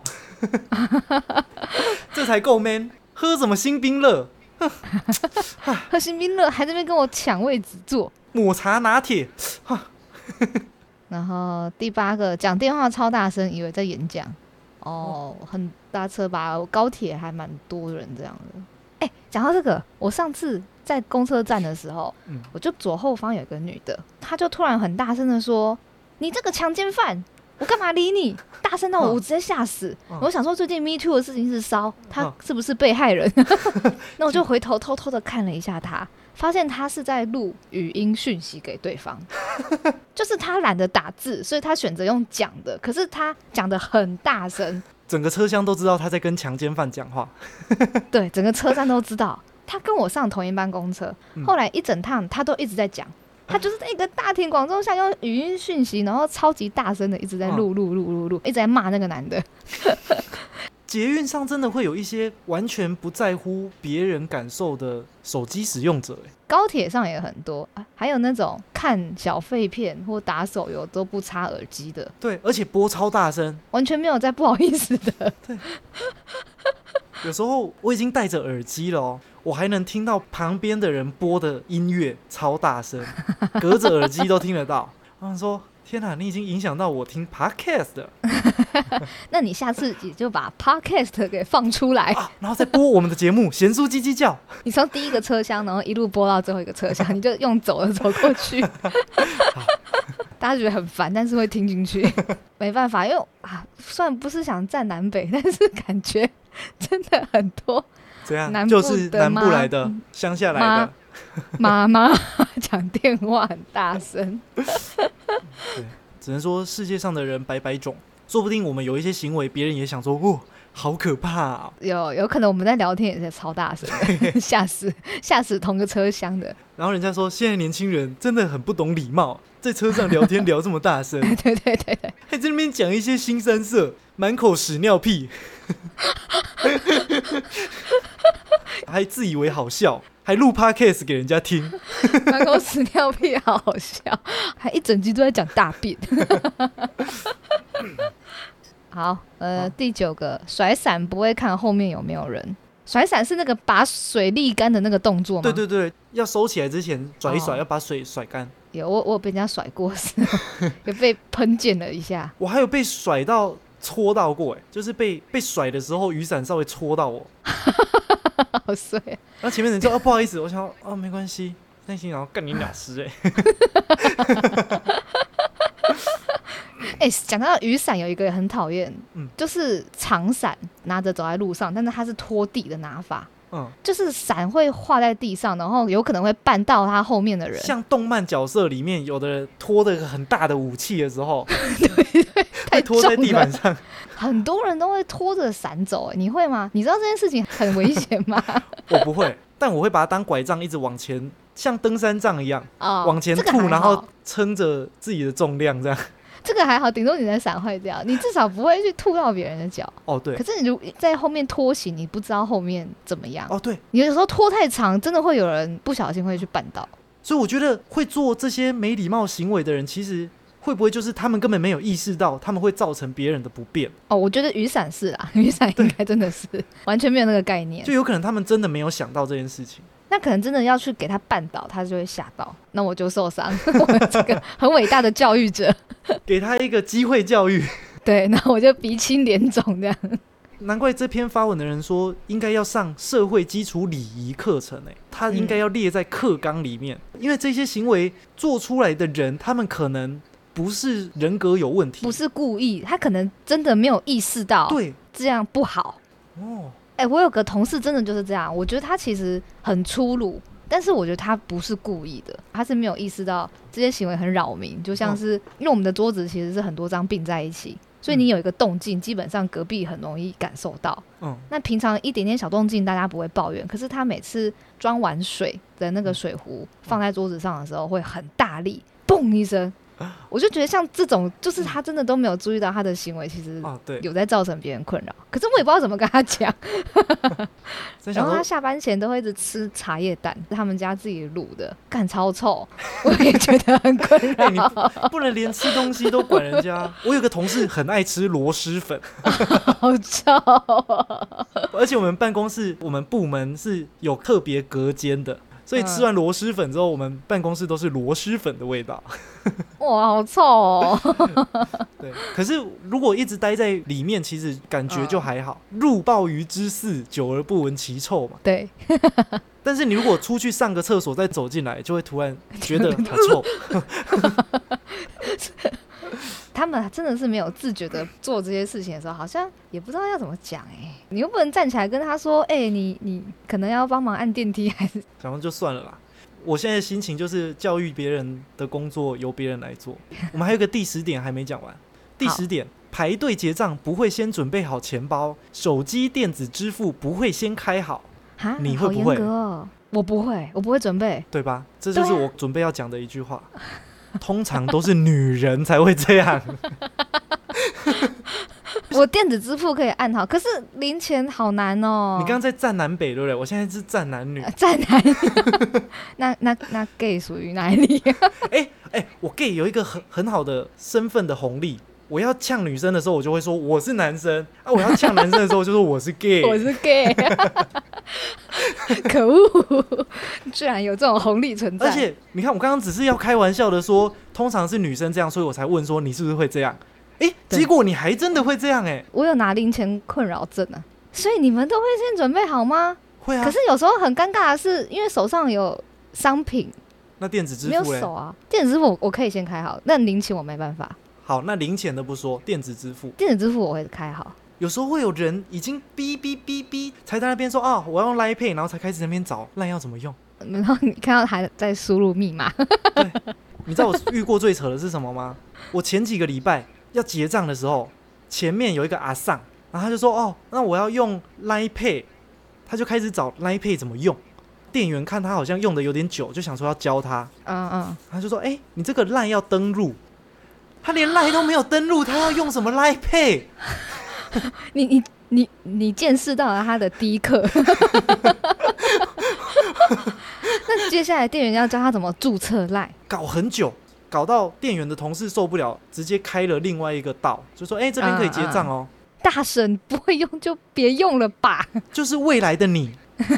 这才够 man。喝什么新冰乐？ 喝新冰乐还在那边跟我抢位置坐。 抹茶拿铁。 然后第八个，讲电话超大声，以为在演讲。哦，很搭车吧？高铁还蛮多人这样的。哎、欸，讲到这个，我上次在公车站的时候，嗯、我就左后方有个女的，她就突然很大声的说：“你这个强奸犯！”我干嘛理你？大声到我，我直接吓死。嗯、我想说，最近 Me Too 的事情是烧，他是不是被害人？嗯、那我就回头偷偷的看了一下他，发现他是在录语音讯息给对方，就是他懒得打字，所以他选择用讲的。可是他讲的很大声， 整个车厢都知道他在跟强奸犯讲话。 对，整个车站都知道。他跟我上同一班公车，后来一整趟他都一直在讲。他就是在一个大庭广众下用语音讯息，然后超级大声的一直在录录录录录，一直在骂那个男的。 捷运上真的会有一些完全不在乎别人感受的手机使用者， 高铁上也很多，还有那种看小废片或打手游都不插耳机的。 对，而且播超大声， 完全没有在不好意思的。 对，有时候我已经戴着耳机了哦。我还能听到旁边的人播的音乐超大声，隔着耳机都听得到。他们说：“天哪，你已经影响到我听 podcast 了。” 那你下次也就把 podcast 给放出来， 啊、然后再播我们的节目《咸酥鸡鸡叫》。 你从第一个车厢，然后一路播到最后一个车厢，你就用走的走过去。大家觉得很烦，但是会听进去。没办法，因为啊，虽然不是想站南北，但是感觉真的很多。 怎样？就是南部来的，乡下来的妈妈讲电话很大声。 对，只能说世界上的人百百种，说不定我们有一些行为，别人也想说，哦，好可怕啊！ 有有可能我们在聊天也是超大声，吓死吓死同个车厢的。 然后人家说，现在年轻人真的很不懂礼貌，在车上聊天聊这么大声， 对对对对， 还在那边讲一些腥羶色，满口屎尿屁。还自以为好笑，还录 podcast 给人家听， 满口屎尿屁，好好笑，还一整集都在讲大便。好，呃，第九个，甩伞不会看后面有没有人。甩伞是那个把水沥干的那个动作吗？ 对对对，要收起来之前甩一甩，哦、要把水甩干。 有，我我有被人家甩过，有被喷溅了一下。 我还有被甩到戳到过，哎，就是被被甩的时候，雨伞稍微戳到我。 好衰、啊！ 然后前面人说：“哦，不好意思。”我想说：“哦，没关系。”内心然后干你鸟事哎！ 哎、欸，讲到雨伞，有一个很讨厌，嗯，就是长伞拿着走在路上，但是它是拖地的拿法。 嗯，就是伞会画在地上，然后有可能会绊到他后面的人， 像动漫角色里面有的人拖着很大的武器的时候对对，太拖在地板上， 很多人都会拖着伞走，你会吗？你知道这件事情很危险吗？ 我不会，但我会把它当拐杖一直往前，像登山杖一样、哦、往前吐、這個、然后撑着自己的重量这样。 这个还好，顶多你的伞坏掉，你至少不会去吐到别人的脚。 哦，对。 可是你如在后面拖行，你不知道后面怎么样。 哦，对。 你有时候拖太长，真的会有人不小心会去绊到。 所以我觉得会做这些没礼貌行为的人，其实会不会就是他们根本没有意识到，他们会造成别人的不便？ 哦，我觉得雨伞是啦，雨伞应该真的是完全没有那个概念， 就有可能他们真的没有想到这件事情。 那可能真的要去给他绊倒，他就会吓到，那我就受伤。我这个很伟大的教育者， 给他一个机会教育。 对，那我就鼻青脸肿这样。 难怪这篇发文的人说，应该要上社会基础礼仪课程、欸，他应该要列在课纲里面、嗯，因为这些行为做出来的人，他们可能不是人格有问题， 不是故意，他可能真的没有意识到，对，这样不好。哦。哎、欸，我有个同事真的就是这样，我觉得他其实很粗鲁，但是我觉得他不是故意的，他是没有意识到这些行为很扰民，就像是、哦、因为我们的桌子其实是很多张并在一起，所以你有一个动静、嗯、基本上隔壁很容易感受到、嗯、那平常一点点小动静大家不会抱怨，可是他每次装完水的那个水壶放在桌子上的时候会很大力嘣一声，我就觉得像这种就是他真的都没有注意到他的行为其实有在造成别人困扰、啊、可是我也不知道怎么跟他讲然后他下班前都会一直吃茶叶蛋，他们家自己卤的，干超臭，我也觉得很困扰、欸、 你 不, 不能连吃东西都管人家我有个同事很爱吃螺蛳粉好臭而且我们办公室我们部门是有特别隔间的，所以吃完螺蛳粉之后、嗯、我们办公室都是螺蛳粉的味道哇好臭哦对，可是如果一直待在里面其实感觉就还好、嗯、入鲍鱼之肆久而不闻其臭嘛， 对但是你如果出去上个厕所再走进来就会突然觉得好臭他们真的是没有自觉的做这些事情的时候好像也不知道要怎么讲哎、欸，你又不能站起来跟他说哎、欸，你你可能要帮忙按电梯还是想说就算了啦，我现在的心情就是教育别人的工作由别人来做我们还有个第十点还没讲完第十点，排队结账不会先准备好钱包，手机电子支付不会先开好，你会不会？好严格哦， 我不会，我不会准备， 对吧？这就是我准备要讲的一句话。通常都是女人才会这样。 我电子支付可以按好，可是零钱好难哦。 你刚刚在站南北对不对？我现在是站男女。 站、呃、男女，那那那 gay 属于哪里？ 哎哎、欸欸，我 gay 有一个很很好的身份的红利。我要呛女生的时候，我就会说我是男生啊；我要呛男生的时候，就说我是 gay， 我是 gay 。可恶，居然有这种红利存在！ 而且你看，我刚刚只是要开玩笑的说，通常是女生这样，所以我才问说你是不是会这样？哎、欸，结果你还真的会这样哎、欸！ 我有拿零钱困扰症啊，所以你们都会先准备好吗？ 会啊。 可是有时候很尴尬的是，因为手上有商品， 那电子支付没有手啊。电子支付我可以先开好，那零钱我没办法。 好，那零钱的不说，电子支付， 电子支付我会开好。 有时候会有人已经哔哔哔哔，才在那边说啊，我要用 Line Pay， 然后才开始在那边找 Line 要怎么用， 然后你看到还在输入密码。 对，你知道我遇过最扯的是什么吗？我前几个礼拜要结账的时候，前面有一个阿桑，然后他就说哦，那我要用 Line Pay， 他就开始找 Line Pay 怎么用。店员看他好像用的有点久，就想说要教他，嗯嗯，他就说哎、欸，你这个 Line 要登入。他连 Line 都没有登录，他要用什么 Line Pay？ 你你你你见识到了他的第一课。那接下来店员要教他怎么注册 Line， 搞很久，搞到店员的同事受不了，直接开了另外一个道，就说：“哎、欸，这边可以结账哦。嗯嗯”大神不会用就别用了吧？ 就是未来的你。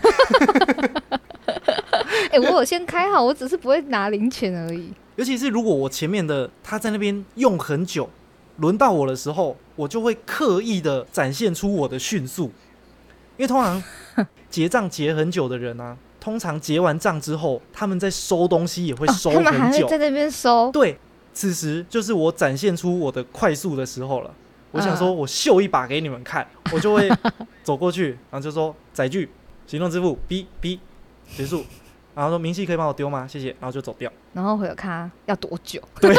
哎、欸，我有先开好，我只是不会拿零钱而已。 尤其是如果我前面的他在那边用很久，轮到我的时候，我就会刻意的展现出我的迅速，因为通常结账结很久的人啊，通常结完账之后，他们在收东西也会收很久，哦、 他们还会在那边收。 对，此时就是我展现出我的快速的时候了。我想说，我秀一把给你们看，我就会走过去，然后就说载具， 行动支付 B B 结束，然后说明细可以帮我丢吗？谢谢，然后就走掉。 然后回头看他要多久？ 对，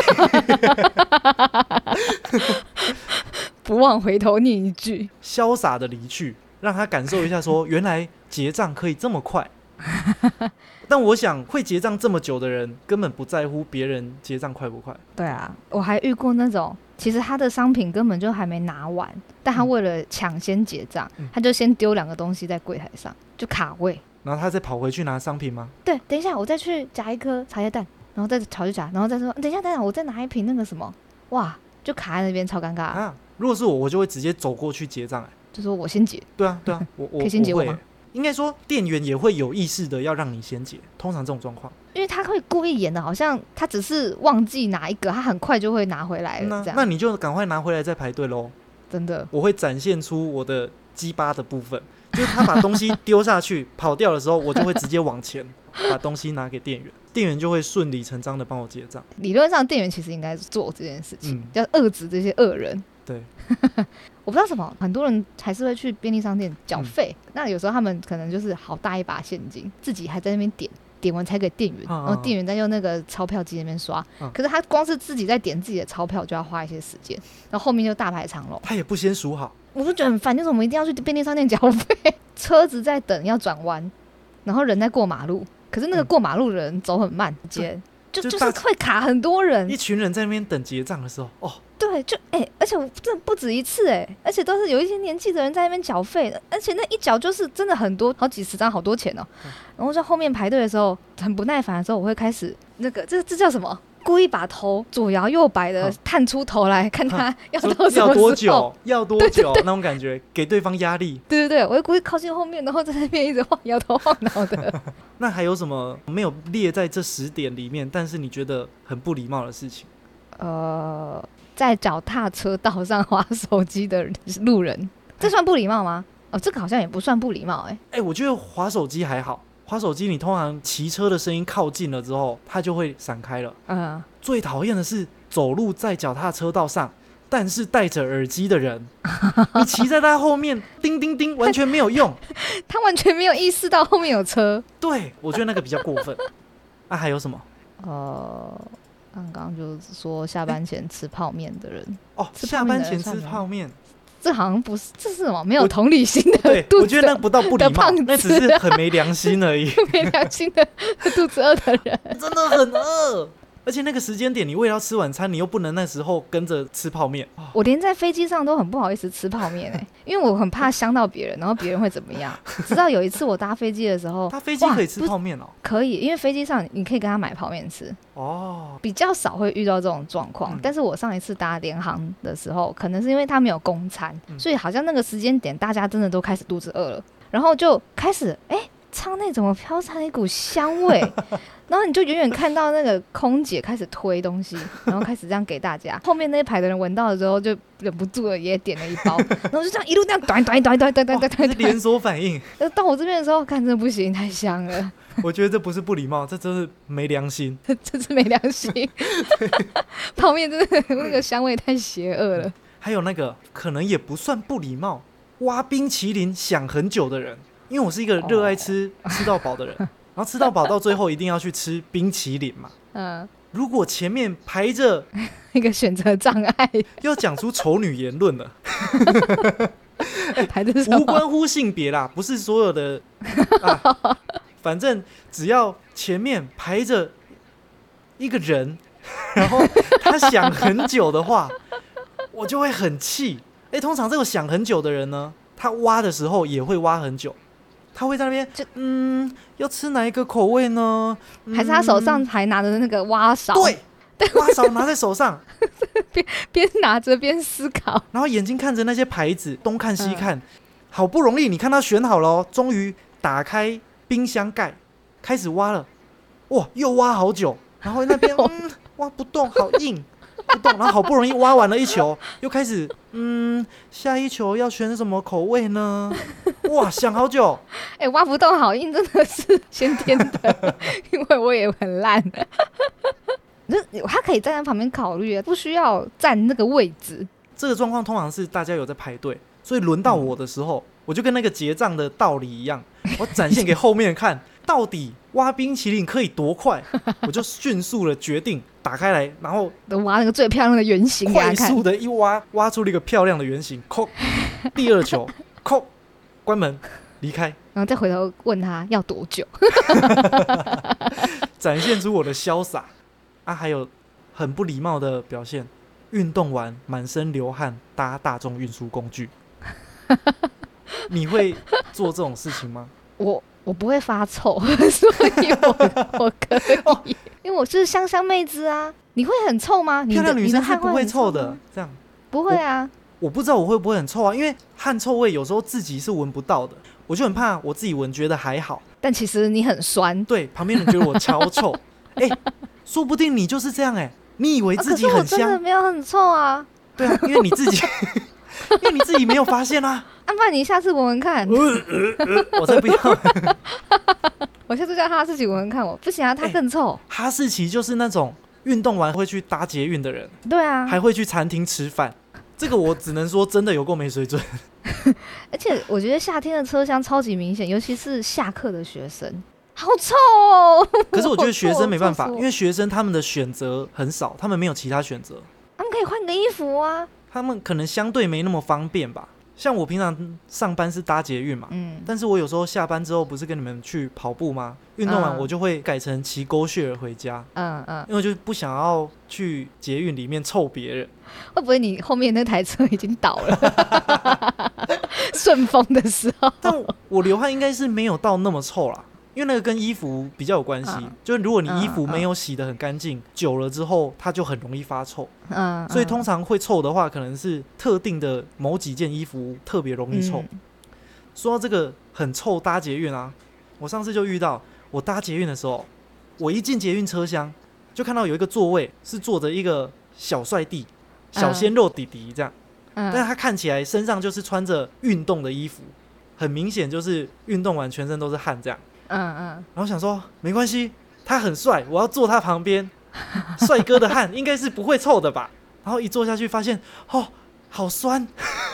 不忘回头念一句， 潇洒的离去，让他感受一下说，原来结账可以这么快。但我想会结账这么久的人根本不在乎别人结账快不快。 对啊，我还遇过那种其实他的商品根本就还没拿完，但他为了抢先结账、嗯、他就先丢两个东西在柜台上，就卡位， 然后他再跑回去拿商品吗？ 对，等一下我再去夹一颗茶叶蛋，然后再跑去夹，然后再说等一下等一下我再拿一瓶那个什么，哇，就卡在那边超尴尬啊。 如果是我我就会直接走过去结账、欸、就说我先结。 对啊对啊，我我可以先结我吗？ 我应该说店员也会有意识的要让你先结，通常这种状况， 因为他会故意演的好像他只是忘记拿一个，他很快就会拿回来了、 嗯啊、这样那你就赶快拿回来再排队咯。 真的， 我会展现出我的鸡巴的部分，就是他把东西丢下去跑掉的时候，我就会直接往前把东西拿给店员，店员就会顺理成章的帮我结账。 理论上店员其实应该做这件事情、嗯、要遏制这些恶人。 对我不知道什么，很多人还是会去便利商店缴费、嗯、那有时候他们可能就是好大一把现金，自己还在那边点，点完才给店员、嗯、然后店员再用那个钞票机那边刷、嗯、可是他光是自己在点自己的钞票就要花一些时间，然后后面就大排长龙， 他也不先数好， 我就觉得很烦，就是我们一定要去便利商店缴费，车子在等要转弯，然后人在过马路，可是那个过马路的人走很慢，直接、嗯、就, 就, 就是会卡很多人， 一群人在那边等结账的时候，哦， 对，就哎、欸，而且我真的不止一次哎、欸，而且都是有一些年纪的人在那边缴费，而且那一缴就是真的很多，好几十张，好多钱哦、喔嗯。然后在后面排队的时候，很不耐烦的时候，我会开始那个，这这叫什么？故意把头左摇右摆的探出头来看他要到什么时候， 要多久，要多久对对对那种感觉，给对方压力。 对对对，我会故意靠近后面，然后在那边一直晃摇头晃脑的。 那还有什么没有列在这十点里面，但是你觉得很不礼貌的事情？ 呃，在脚踏车道上滑手机的路人，这算不礼貌吗？哦，这个好像也不算不礼貌哎、欸。 哎、欸，我觉得滑手机还好。滑手机，你通常骑车的声音靠近了之后，它就会闪开了。嗯，最讨厌的是走路在脚踏车道上，但是戴着耳机的人，你骑在他后面，叮叮叮，完全没有用。 他完全没有意识到后面有车。 对，我觉得那个比较过分。啊，还有什么？ 呃，刚刚就是说下班前吃泡面的人。 哦，下班前吃泡面。 这好像不是，这是什么没有同理心的对， 肚子我觉得那不到不礼貌，那只是很没良心而已。 没良心的肚子饿的人， 真的很饿。而且那个时间点，你为了要吃晚餐，你又不能那时候跟着吃泡面。 我连在飞机上都很不好意思吃泡面哎、欸，因为我很怕香到别人，然后别人会怎么样。直到有一次我搭飞机的时候， 搭飞机可以吃泡面哦？ 可以，因为飞机上你可以跟他买泡面吃。哦，比较少会遇到这种状况、嗯。但是我上一次搭联航的时候，可能是因为他没有公餐、嗯，所以好像那个时间点大家真的都开始肚子饿了，然后就开始哎。欸舱内怎么飘上一股香味？然后你就远远看到那个空姐开始推东西，然后开始这样给大家。后面那一排的人闻到了之后，就忍不住了，也点了一包，然后就这样一路这样短短短短短短短短， 连锁反应。 到我这边的时候，看真的不行，太香了。 我觉得这不是不礼貌，这真是没良心。 这是没良心。泡面真的那个香味太邪恶了。 还有那个可能也不算不礼貌，挖冰淇淋想很久的人。因为我是一个热爱吃、oh. 吃到饱的人，然后吃到饱到最后一定要去吃冰淇淋嘛。嗯，如果前面排着一个选择障碍， 要讲出丑女言论了。 排的什么？ 无关乎性别啦，不是所有的、啊，反正只要前面排着一个人，然后他想很久的话，我就会很气。哎，通常这个想很久的人呢，他挖的时候也会挖很久。他会在那边，嗯，要吃哪一个口味呢？嗯、 还是他手上还拿着那个挖勺？ 对，挖勺拿在手上， 边边拿着边思考， 然后眼睛看着那些牌子，东看西看，嗯、好不容易你看他选好了哦，终于打开冰箱盖，开始挖了，哇，又挖好久，然后那边嗯挖不动，好硬。不动，然后好不容易挖完了一球，又开始嗯，下一球要选什么口味呢？哇，想好久。 哎、欸，挖不动好硬，真的是先天的，因为我也很烂。他可以站在旁边考虑，不需要站那个位置。 这个状况通常是大家有在排队，所以轮到我的时候，嗯、我就跟那个结账的道理一样， 我展现给后面人看，到底挖冰淇淋可以多快？我就迅速的决定打开来，然后挖那个最漂亮的圆形给他看， 快速的一挖，挖出了一个漂亮的圆形，扣第二球，扣关门离开， 然后再回头问他要多久， 展现出我的潇洒啊！还有很不礼貌的表现，运动完满身流汗搭大众运输工具，你会做这种事情吗？ 我我不会发臭，所以我我可以，哦、因为我是香香妹子啊。你会很臭吗？ 漂亮女生是不会臭的，这样不会啊我。我不知道我会不会很臭啊，因为汗臭味有时候自己是闻不到的，我就很怕我自己闻觉得还好， 但其实你很酸， 对，旁边人觉得我超臭，哎、欸，说不定你就是这样哎、欸，你以为自己很香，啊、可是我真的没有很臭啊。 对啊，因为你自己，因为你自己没有发现啊。 啊，不然你下次闻闻看。 呃呃呃、我才不要。 我下次叫哈士奇闻闻看我，不行啊，他更臭、欸。 哈士奇就是那种运动完会去搭捷运的人， 对啊， 还会去餐厅吃饭。这个我只能说真的有够没水准。 而且我觉得夏天的车厢超级明显，尤其是下课的学生，好臭哦。 可是我觉得学生没办法，因为学生他们的选择很少，他们没有其他选择， 他们可以换个衣服啊， 他们可能相对没那么方便吧。像我平常上班是搭捷运嘛，嗯，但是我有时候下班之后不是跟你们去跑步吗？运动完我就会改成骑GoShare回家，嗯嗯，因为我就不想要去捷运里面臭别人。 会不会你后面那台车已经倒了？顺风的时候， 但我流汗应该是没有到那么臭啦。因为那个跟衣服比较有关系，嗯、就是如果你衣服没有洗得很干净，嗯、久了之后它就很容易发臭。嗯，所以通常会臭的话，可能是特定的某几件衣服特别容易臭。嗯、说到这个很臭搭捷运啊，我上次就遇到，我搭捷运的时候，我一进捷运车厢就看到有一个座位是坐着一个小帅弟、小鲜肉弟弟这样，嗯、但是他看起来身上就是穿着运动的衣服，很明显就是运动完全身都是汗这样。嗯嗯，然后想说没关系，他很帅，我要坐他旁边，帅哥的汗应该是不会臭的吧？然后一坐下去发现，哦，好酸！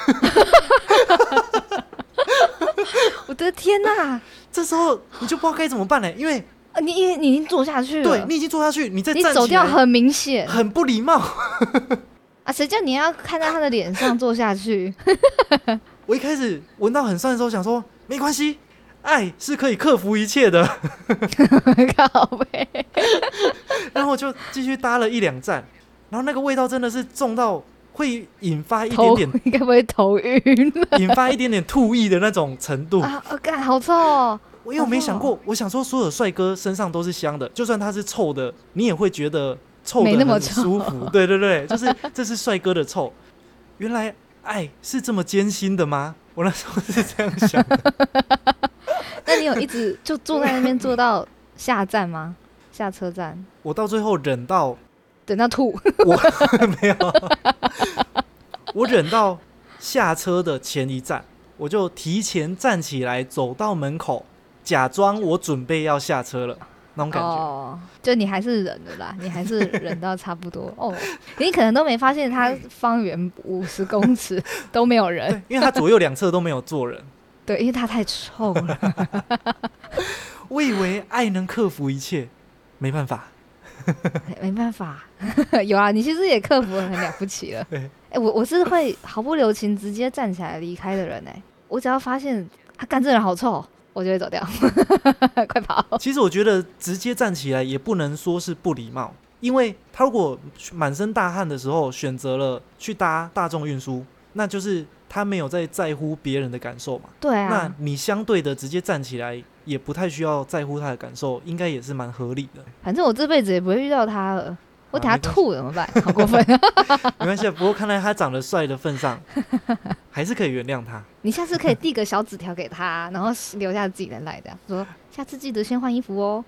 我的天哪！ 这时候你就不知道该怎么办嘞，因为你你你已经坐下去了， 对你已经坐下去，你再站起来， 你走掉很明显， 很不礼貌啊！谁叫你要看在他的脸上坐下去？ 我一开始闻到很酸的时候，想说没关系。爱是可以克服一切的， 靠北。 然后就继续搭了一两站，然后那个味道真的是重到会引发一点点， 应该不会头晕了， 引发一点点吐意的那种程度啊！我干，好臭哦！ 因为我没想过，我想说所有帅哥身上都是香的，就算他是臭的，你也会觉得臭的很舒服。对对对，就是这是帅哥的臭。原来爱是这么艰辛的吗？我那时候是这样想的。 那你有一直就坐在那边坐到下站吗？下车站？ 我到最后忍到， 忍到吐。 我没有，我忍到下车的前一站，我就提前站起来走到门口，假装我准备要下车了，那种感觉。哦， 就你还是忍的啦，你还是忍到差不多哦。你可能都没发现，它方圆五十公尺都没有人， 对，因为它左右两侧都没有坐人。 对，因为它太臭了。 我以为爱能克服一切，没办法， 没办法。有啊，你其实也克服得很了不起了。哎、欸，我我是会毫不留情直接站起来离开的人哎、欸。我只要发现他干、啊、这人好臭，我就会走掉，快跑。 其实我觉得直接站起来也不能说是不礼貌，因为他如果满身大汗的时候选择了去搭大众运输，那就是他没有在在乎别人的感受嘛。 对啊， 那你相对的直接站起来，也不太需要在乎他的感受，应该也是蛮合理的。 反正我这辈子也不会遇到他了，我等下吐怎么办？好过分。 没关系，不过看在他长得帅的份上，还是可以原谅他。 你下次可以递个小纸条给他，然后留下自己的赖的，说下次记得先换衣服哦。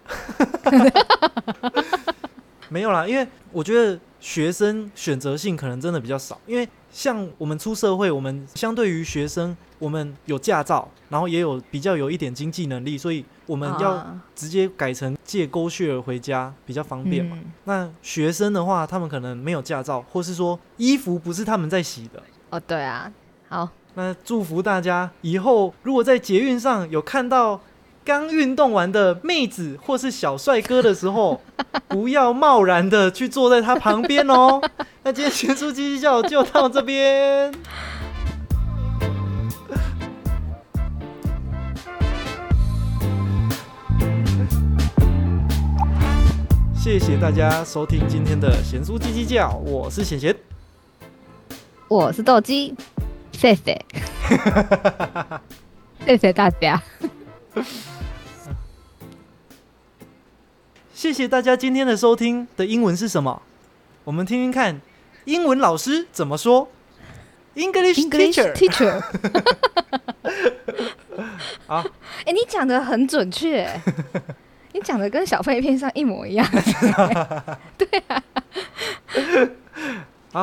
没有啦，因为我觉得学生选择性可能真的比较少，因为像我们出社会，我们相对于学生，我们有驾照，然后也有比较有一点经济能力，所以我们要直接改成借GoShare回家比较方便嘛、嗯、那学生的话，他们可能没有驾照，或是说衣服不是他们在洗的。 哦，对啊，好， 那祝福大家以后如果在捷运上有看到刚运动完的妹子或是小帅哥的时候，不要贸然的去坐在他旁边哦。那今天咸酥鸡鸡叫就到这边。谢谢大家收听今天的咸酥鸡鸡叫，我是咸咸， 我是豆鸡，谢谢，谢谢大家。 谢谢大家今天的收听的英文是什么？我们听听看，英文老师怎么说 ？English teacher。 teacher 好，哎、欸，你讲的很准确，你讲的跟小废片上一模一样。对啊。